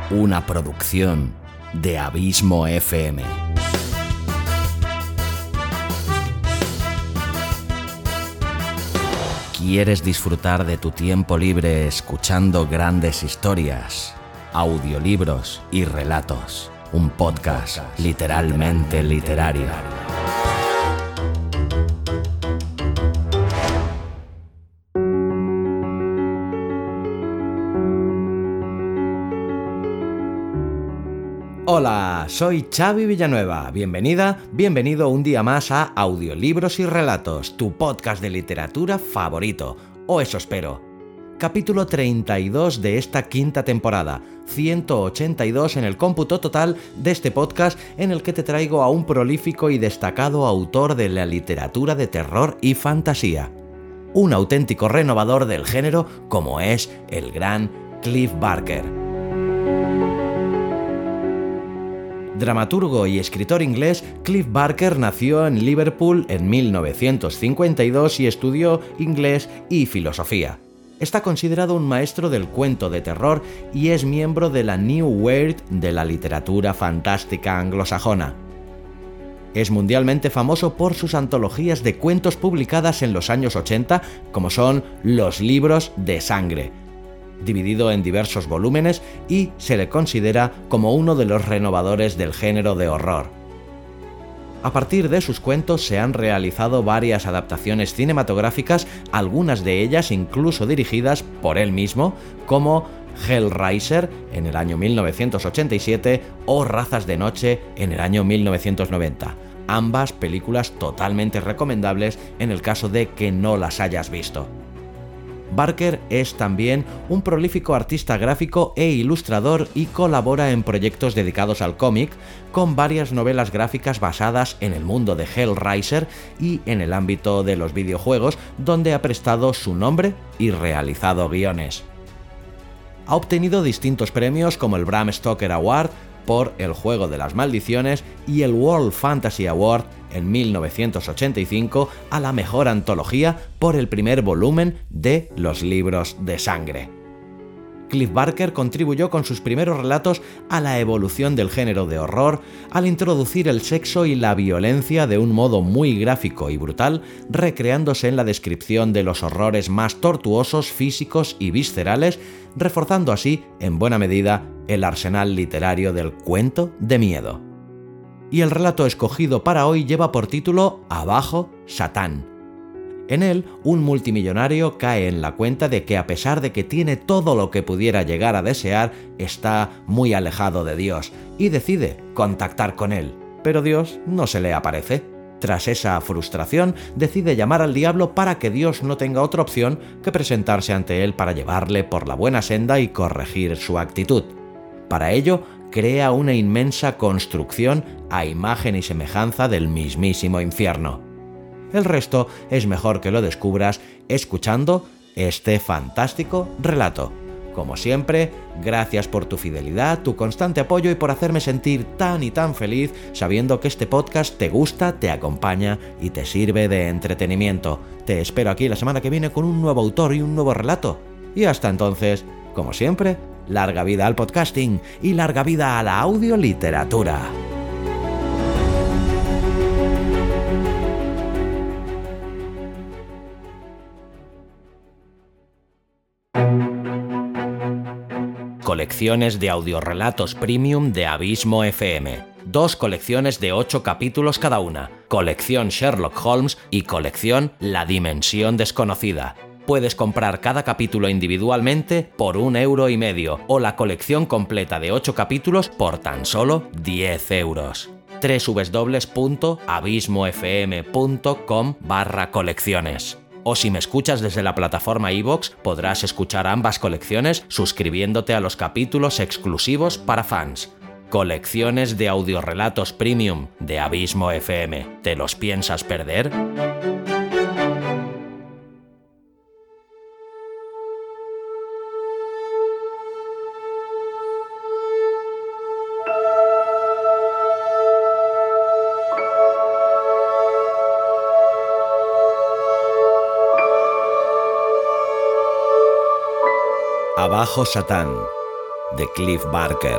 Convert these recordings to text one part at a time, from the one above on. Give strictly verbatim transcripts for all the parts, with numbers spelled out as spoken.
una producción de Abismo F M. ¿Quieres disfrutar de tu tiempo libre escuchando grandes historias, audiolibros y relatos? Un podcast literalmente literario. Hola, soy Xavi Villanueva. Bienvenida, bienvenido un día más a Audiolibros y Relatos, tu podcast de literatura favorito. O eso espero. Capítulo treinta y dos de esta quinta temporada, ciento ochenta y dos en el cómputo total de este podcast en el que te traigo a un prolífico y destacado autor de la literatura de terror y fantasía. Un auténtico renovador del género como es el gran Clive Barker. Dramaturgo y escritor inglés, Clive Barker nació en Liverpool en mil novecientos cincuenta y dos y estudió inglés y filosofía. Está considerado un maestro del cuento de terror y es miembro de la New Weird de la literatura fantástica anglosajona. Es mundialmente famoso por sus antologías de cuentos publicadas en los años ochenta, como son Los Libros de Sangre, dividido en diversos volúmenes, y se le considera como uno de los renovadores del género de horror. A partir de sus cuentos se han realizado varias adaptaciones cinematográficas, algunas de ellas incluso dirigidas por él mismo, como Hellraiser en el año mil novecientos ochenta y siete o Razas de Noche en el año mil novecientos noventa. Ambas películas totalmente recomendables en el caso de que no las hayas visto. Barker es también un prolífico artista gráfico e ilustrador y colabora en proyectos dedicados al cómic, con varias novelas gráficas basadas en el mundo de Hellraiser y en el ámbito de los videojuegos, donde ha prestado su nombre y realizado guiones. Ha obtenido distintos premios como el Bram Stoker Award por El Juego de las Maldiciones y el World Fantasy Award en mil novecientos ochenta y cinco a la mejor antología por el primer volumen de Los Libros de Sangre. Clive Barker contribuyó con sus primeros relatos a la evolución del género de horror al introducir el sexo y la violencia de un modo muy gráfico y brutal, recreándose en la descripción de los horrores más tortuosos, físicos y viscerales, reforzando así, en buena medida, el arsenal literario del cuento de miedo. Y el relato escogido para hoy lleva por título Abajo, Satán. En él, un multimillonario cae en la cuenta de que a pesar de que tiene todo lo que pudiera llegar a desear, está muy alejado de Dios y decide contactar con él, pero Dios no se le aparece. Tras esa frustración, decide llamar al diablo para que Dios no tenga otra opción que presentarse ante él para llevarle por la buena senda y corregir su actitud. Para ello, crea una inmensa construcción a imagen y semejanza del mismísimo infierno. El resto es mejor que lo descubras escuchando este fantástico relato. Como siempre, gracias por tu fidelidad, tu constante apoyo y por hacerme sentir tan y tan feliz sabiendo que este podcast te gusta, te acompaña y te sirve de entretenimiento. Te espero aquí la semana que viene con un nuevo autor y un nuevo relato. Y hasta entonces, como siempre, larga vida al podcasting y larga vida a la audioliteratura. Colecciones de audiorelatos premium de Abismo F M. Dos colecciones de ocho capítulos cada una. Colección Sherlock Holmes y colección La Dimensión Desconocida. Puedes comprar cada capítulo individualmente por un euro y medio o la colección completa de ocho capítulos por tan solo diez euros. doble u doble u doble u punto abismo f m punto com barra colecciones. O si me escuchas desde la plataforma iVoox, podrás escuchar ambas colecciones suscribiéndote a los capítulos exclusivos para fans. Colecciones de audiorelatos premium de Abismo F M. ¿Te los piensas perder? Abajo, Satán, de Clive Barker.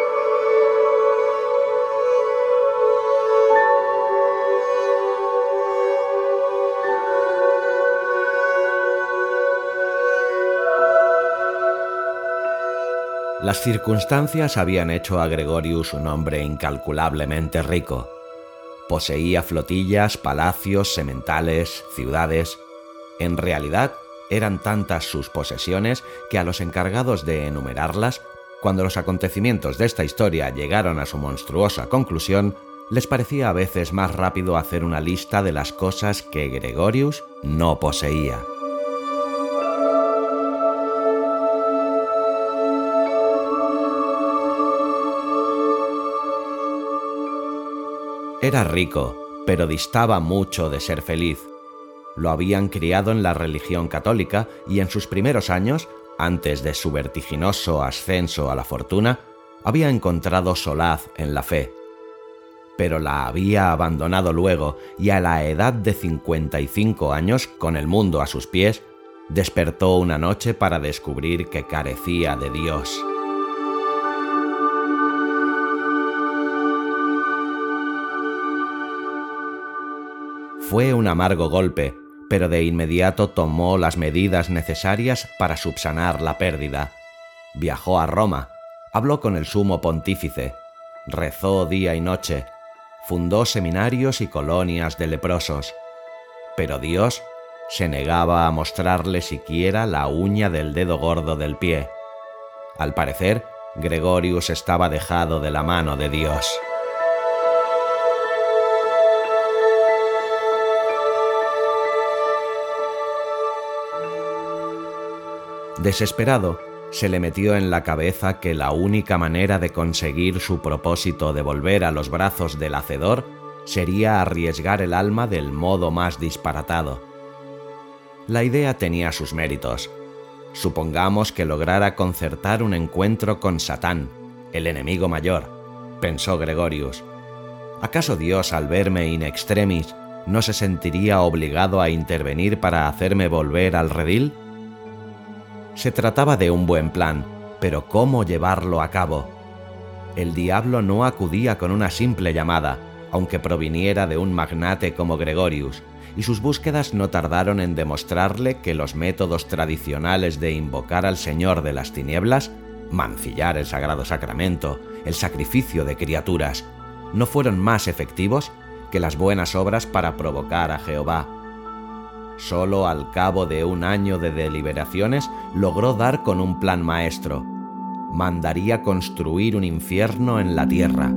Las circunstancias habían hecho a Gregorius un hombre incalculablemente rico. Poseía flotillas, palacios, sementales, ciudades. En realidad, eran tantas sus posesiones que a los encargados de enumerarlas, cuando los acontecimientos de esta historia llegaron a su monstruosa conclusión, les parecía a veces más rápido hacer una lista de las cosas que Gregorius no poseía. Era rico, pero distaba mucho de ser feliz. Lo habían criado en la religión católica y en sus primeros años, antes de su vertiginoso ascenso a la fortuna, había encontrado solaz en la fe. Pero la había abandonado luego y a la edad de cincuenta y cinco años, con el mundo a sus pies, despertó una noche para descubrir que carecía de Dios. Fue un amargo golpe, pero de inmediato tomó las medidas necesarias para subsanar la pérdida. Viajó a Roma, habló con el sumo pontífice, rezó día y noche, fundó seminarios y colonias de leprosos. Pero Dios se negaba a mostrarle siquiera la uña del dedo gordo del pie. Al parecer, Gregorius estaba dejado de la mano de Dios. Desesperado, se le metió en la cabeza que la única manera de conseguir su propósito de volver a los brazos del Hacedor sería arriesgar el alma del modo más disparatado. La idea tenía sus méritos. Supongamos que lograra concertar un encuentro con Satán, el enemigo mayor, pensó Gregorius. ¿Acaso Dios, al verme in extremis, no se sentiría obligado a intervenir para hacerme volver al redil? Se trataba de un buen plan, pero ¿cómo llevarlo a cabo? El diablo no acudía con una simple llamada, aunque proviniera de un magnate como Gregorius, y sus búsquedas no tardaron en demostrarle que los métodos tradicionales de invocar al Señor de las Tinieblas, mancillar el Sagrado Sacramento, el sacrificio de criaturas, no fueron más efectivos que las buenas obras para provocar a Jehová. Solo al cabo de un año de deliberaciones logró dar con un plan maestro. Mandaría construir un infierno en la tierra.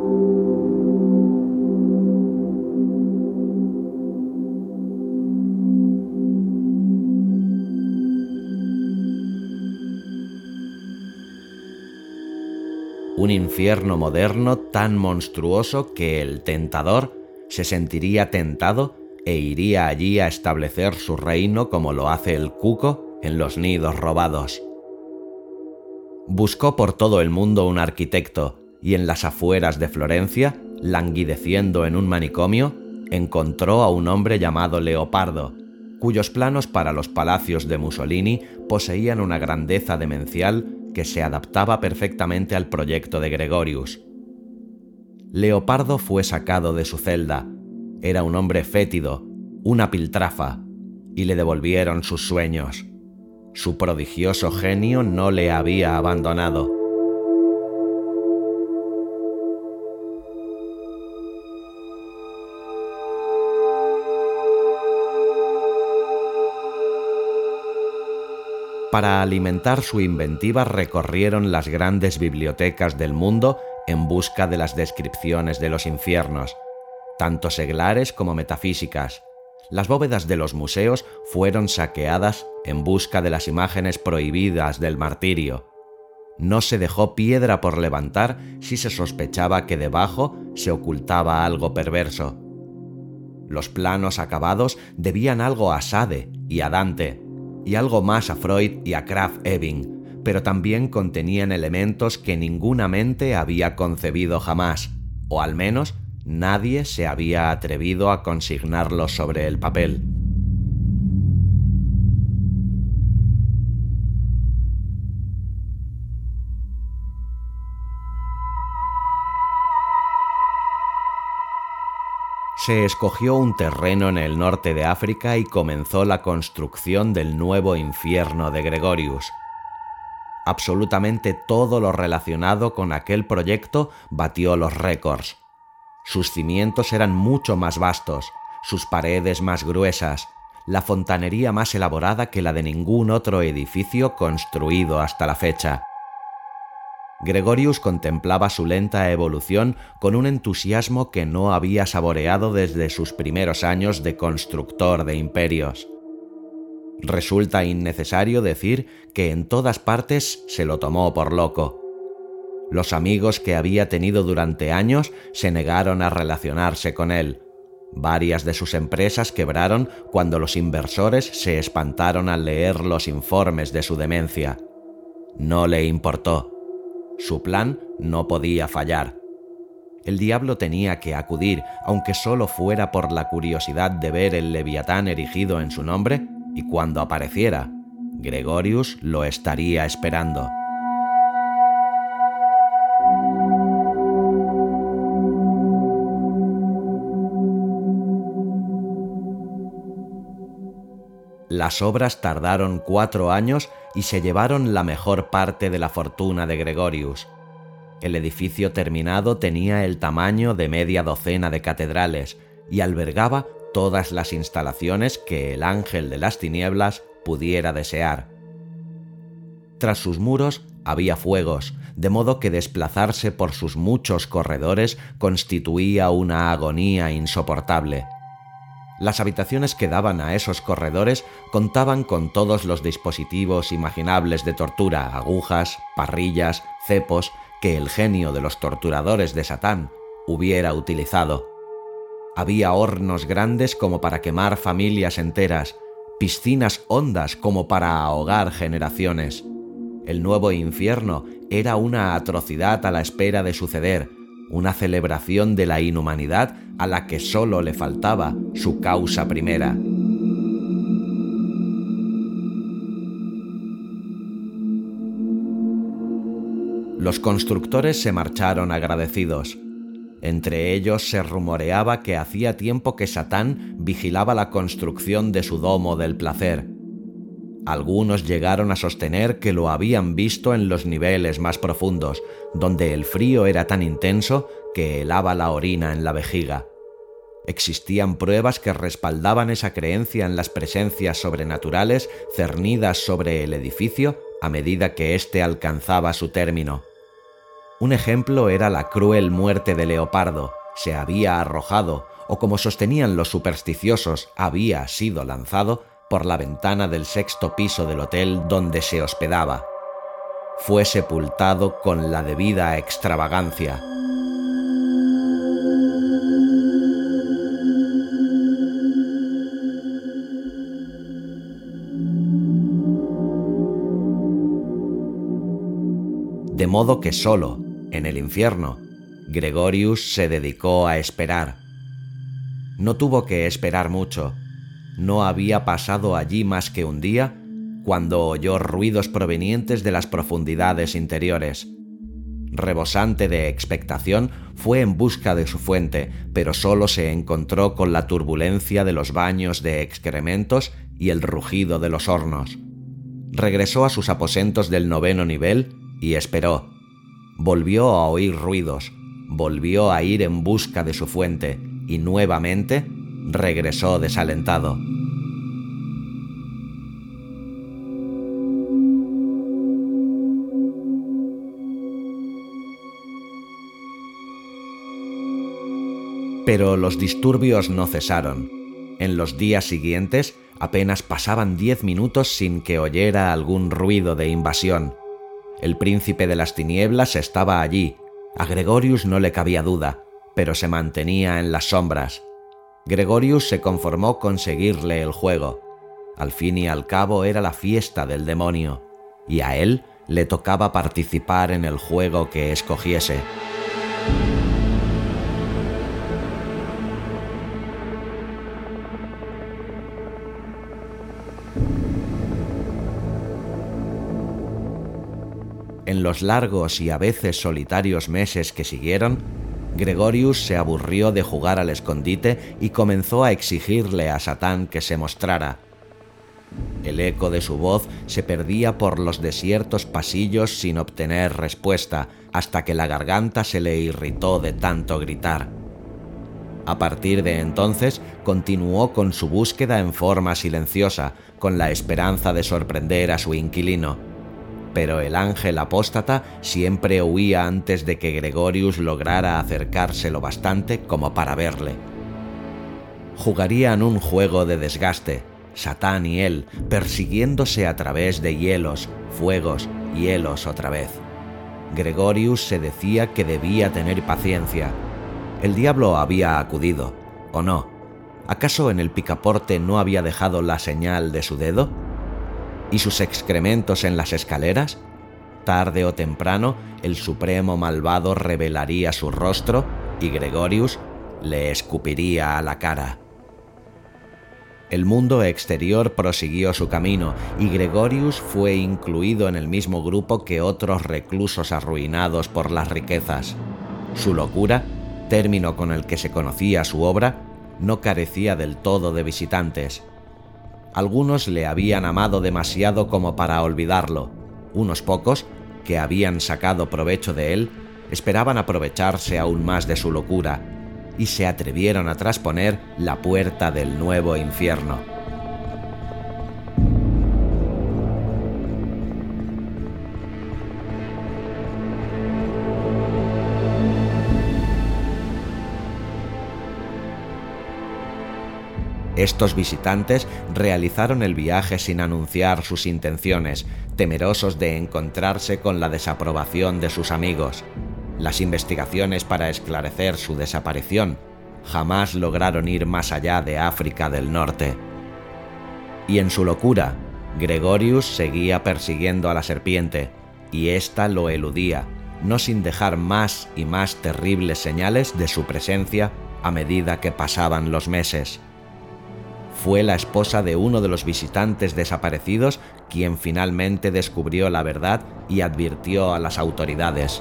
Un infierno moderno tan monstruoso que el tentador se sentiría tentado e iría allí a establecer su reino como lo hace el cuco en los nidos robados. Buscó por todo el mundo un arquitecto y en las afueras de Florencia, languideciendo en un manicomio, encontró a un hombre llamado Leopardo, cuyos planos para los palacios de Mussolini poseían una grandeza demencial que se adaptaba perfectamente al proyecto de Gregorius. Leopardo fue sacado de su celda. Era un hombre fétido, una piltrafa, y le devolvieron sus sueños. Su prodigioso genio no le había abandonado. Para alimentar su inventiva recorrieron las grandes bibliotecas del mundo en busca de las descripciones de los infiernos, tanto seglares como metafísicas. Las bóvedas de los museos fueron saqueadas en busca de las imágenes prohibidas del martirio. No se dejó piedra por levantar si se sospechaba que debajo se ocultaba algo perverso. Los planos acabados debían algo a Sade y a Dante, y algo más a Freud y a Krafft Ebing, pero también contenían elementos que ninguna mente había concebido jamás, o al menos nadie se había atrevido a consignarlos sobre el papel. Se escogió un terreno en el norte de África y comenzó la construcción del nuevo infierno de Gregorius. Absolutamente todo lo relacionado con aquel proyecto batió los récords. Sus cimientos eran mucho más vastos, sus paredes más gruesas, la fontanería más elaborada que la de ningún otro edificio construido hasta la fecha. Gregorius contemplaba su lenta evolución con un entusiasmo que no había saboreado desde sus primeros años de constructor de imperios. Resulta innecesario decir que en todas partes se lo tomó por loco. Los amigos que había tenido durante años se negaron a relacionarse con él. Varias de sus empresas quebraron cuando los inversores se espantaron al leer los informes de su demencia. No le importó. Su plan no podía fallar. El diablo tenía que acudir, aunque solo fuera por la curiosidad de ver el leviatán erigido en su nombre, y cuando apareciera, Gregorius lo estaría esperando. Las obras tardaron cuatro años y se llevaron la mejor parte de la fortuna de Gregorius. El edificio terminado tenía el tamaño de media docena de catedrales y albergaba todas las instalaciones que el ángel de las tinieblas pudiera desear. Tras sus muros había fuegos, de modo que desplazarse por sus muchos corredores constituía una agonía insoportable. Las habitaciones que daban a esos corredores contaban con todos los dispositivos imaginables de tortura, agujas, parrillas, cepos, que el genio de los torturadores de Satán hubiera utilizado. Había hornos grandes como para quemar familias enteras, piscinas hondas como para ahogar generaciones. El nuevo infierno era una atrocidad a la espera de suceder, una celebración de la inhumanidad a la que solo le faltaba su causa primera. Los constructores se marcharon agradecidos. Entre ellos se rumoreaba que hacía tiempo que Satán vigilaba la construcción de su domo del placer. Algunos llegaron a sostener que lo habían visto en los niveles más profundos, donde el frío era tan intenso que helaba la orina en la vejiga. Existían pruebas que respaldaban esa creencia en las presencias sobrenaturales cernidas sobre el edificio a medida que éste alcanzaba su término. Un ejemplo era la cruel muerte de Leopardo. Se había arrojado, o como sostenían los supersticiosos, había sido lanzado por la ventana del sexto piso del hotel donde se hospedaba. Fue sepultado con la debida extravagancia. De modo que solo, en el infierno, Gregorius se dedicó a esperar. No tuvo que esperar mucho. No había pasado allí más que un día cuando oyó ruidos provenientes de las profundidades interiores. Rebosante de expectación, fue en busca de su fuente, pero solo se encontró con la turbulencia de los baños de excrementos y el rugido de los hornos. Regresó a sus aposentos del noveno nivel y esperó. Volvió a oír ruidos, volvió a ir en busca de su fuente y nuevamente regresó desalentado. Pero los disturbios no cesaron. En los días siguientes apenas pasaban diez minutos sin que oyera algún ruido de invasión. El príncipe de las tinieblas estaba allí. A Gregorius no le cabía duda, pero se mantenía en las sombras. Gregorius se conformó con seguirle el juego. Al fin y al cabo era la fiesta del demonio, y a él le tocaba participar en el juego que escogiese. En los largos y a veces solitarios meses que siguieron, Gregorius se aburrió de jugar al escondite y comenzó a exigirle a Satán que se mostrara. El eco de su voz se perdía por los desiertos pasillos sin obtener respuesta, hasta que la garganta se le irritó de tanto gritar. A partir de entonces, continuó con su búsqueda en forma silenciosa, con la esperanza de sorprender a su inquilino. Pero el ángel apóstata siempre huía antes de que Gregorius lograra acercarse lo bastante como para verle. Jugarían un juego de desgaste, Satán y él, persiguiéndose a través de hielos, fuegos, hielos otra vez. Gregorius se decía que debía tener paciencia. El diablo había acudido, ¿o no? ¿Acaso en el picaporte no había dejado la señal de su dedo? ¿Y sus excrementos en las escaleras? Tarde o temprano, el supremo malvado revelaría su rostro y Gregorius le escupiría a la cara. El mundo exterior prosiguió su camino y Gregorius fue incluido en el mismo grupo que otros reclusos arruinados por las riquezas. Su locura, término con el que se conocía su obra, no carecía del todo de visitantes. Algunos le habían amado demasiado como para olvidarlo. Unos pocos, que habían sacado provecho de él, esperaban aprovecharse aún más de su locura y se atrevieron a trasponer la puerta del nuevo infierno. Estos visitantes realizaron el viaje sin anunciar sus intenciones, temerosos de encontrarse con la desaprobación de sus amigos. Las investigaciones para esclarecer su desaparición jamás lograron ir más allá de África del Norte. Y en su locura, Gregorius seguía persiguiendo a la serpiente, y ésta lo eludía, no sin dejar más y más terribles señales de su presencia a medida que pasaban los meses. Fue la esposa de uno de los visitantes desaparecidos quien finalmente descubrió la verdad y advirtió a las autoridades.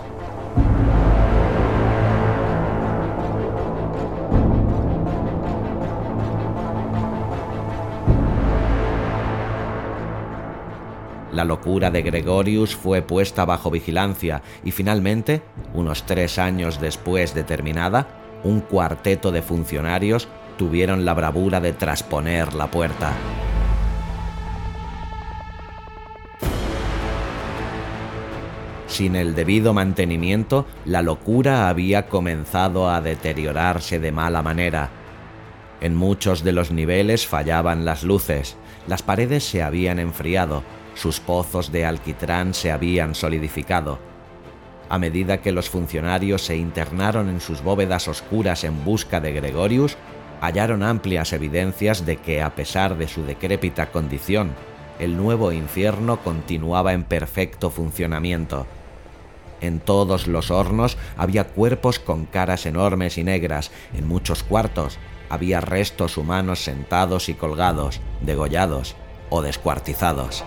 La locura de Gregorius fue puesta bajo vigilancia y finalmente, unos tres años después de terminada, un cuarteto de funcionarios tuvieron la bravura de trasponer la puerta. Sin el debido mantenimiento, la locura había comenzado a deteriorarse de mala manera. En muchos de los niveles fallaban las luces, las paredes se habían enfriado, sus pozos de alquitrán se habían solidificado. A medida que los funcionarios se internaron en sus bóvedas oscuras en busca de Gregorius, hallaron amplias evidencias de que, a pesar de su decrépita condición, el nuevo infierno continuaba en perfecto funcionamiento. En todos los hornos había cuerpos con caras enormes y negras. En muchos cuartos había restos humanos sentados y colgados, degollados o descuartizados.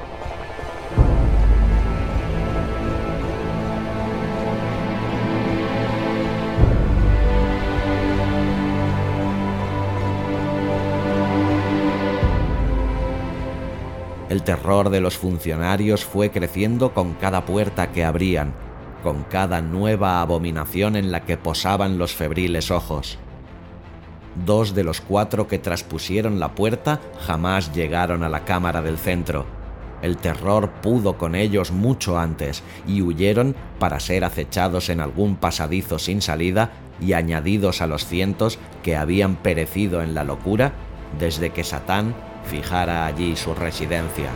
El terror de los funcionarios fue creciendo con cada puerta que abrían, con cada nueva abominación en la que posaban los febriles ojos. Dos de los cuatro que traspusieron la puerta jamás llegaron a la cámara del centro. El terror pudo con ellos mucho antes y huyeron para ser acechados en algún pasadizo sin salida y añadidos a los cientos que habían perecido en la locura desde que Satán fijara allí su residencia.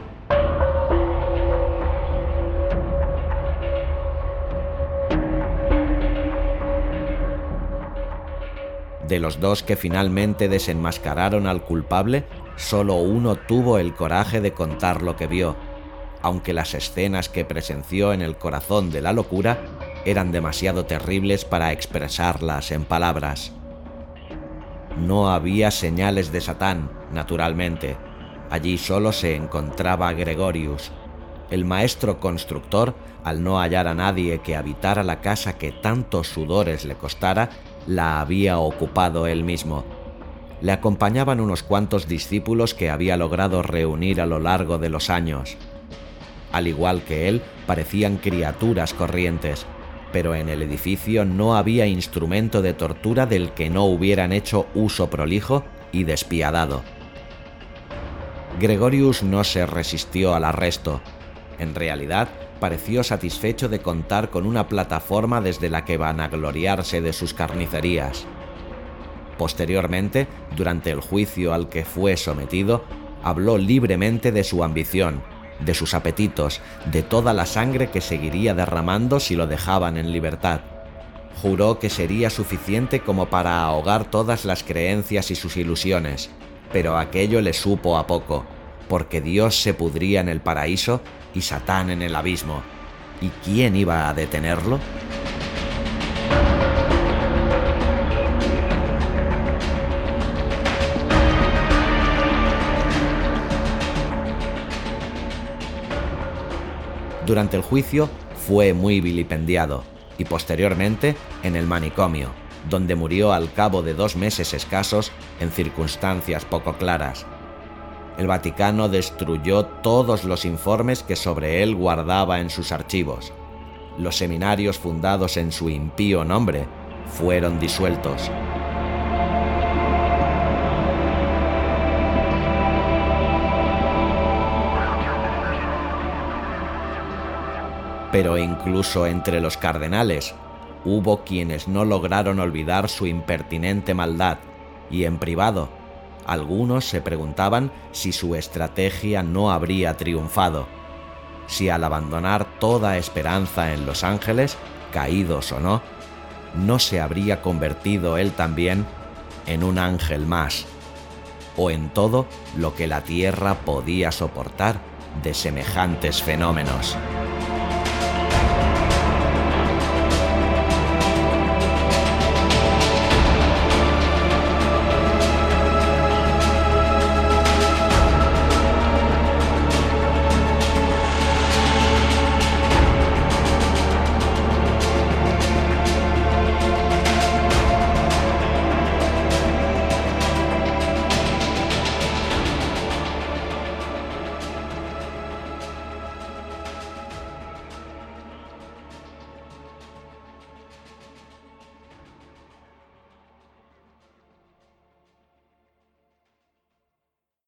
De los dos que finalmente desenmascararon al culpable, solo uno tuvo el coraje de contar lo que vio, aunque las escenas que presenció en el corazón de la locura eran demasiado terribles para expresarlas en palabras. No había señales de Satán, naturalmente. Allí solo se encontraba Gregorius. El maestro constructor, al no hallar a nadie que habitara la casa que tantos sudores le costara, la había ocupado él mismo. Le acompañaban unos cuantos discípulos que había logrado reunir a lo largo de los años. Al igual que él, parecían criaturas corrientes, pero en el edificio no había instrumento de tortura del que no hubieran hecho uso prolijo y despiadado. Gregorius no se resistió al arresto. En realidad, pareció satisfecho de contar con una plataforma desde la que vanagloriarse de sus carnicerías. Posteriormente, durante el juicio al que fue sometido, habló libremente de su ambición, de sus apetitos, de toda la sangre que seguiría derramando si lo dejaban en libertad. Juró que sería suficiente como para ahogar todas las creencias y sus ilusiones, pero aquello le supo a poco, porque Dios se pudría en el paraíso y Satán en el abismo. ¿Y quién iba a detenerlo? Durante el juicio fue muy vilipendiado y posteriormente en el manicomio, donde murió al cabo de dos meses escasos en circunstancias poco claras. El Vaticano destruyó todos los informes que sobre él guardaba en sus archivos. Los seminarios fundados en su impío nombre fueron disueltos. Pero incluso entre los cardenales hubo quienes no lograron olvidar su impertinente maldad, y en privado algunos se preguntaban si su estrategia no habría triunfado, si al abandonar toda esperanza en los ángeles, caídos o no, no se habría convertido él también en un ángel más, o en todo lo que la tierra podía soportar de semejantes fenómenos.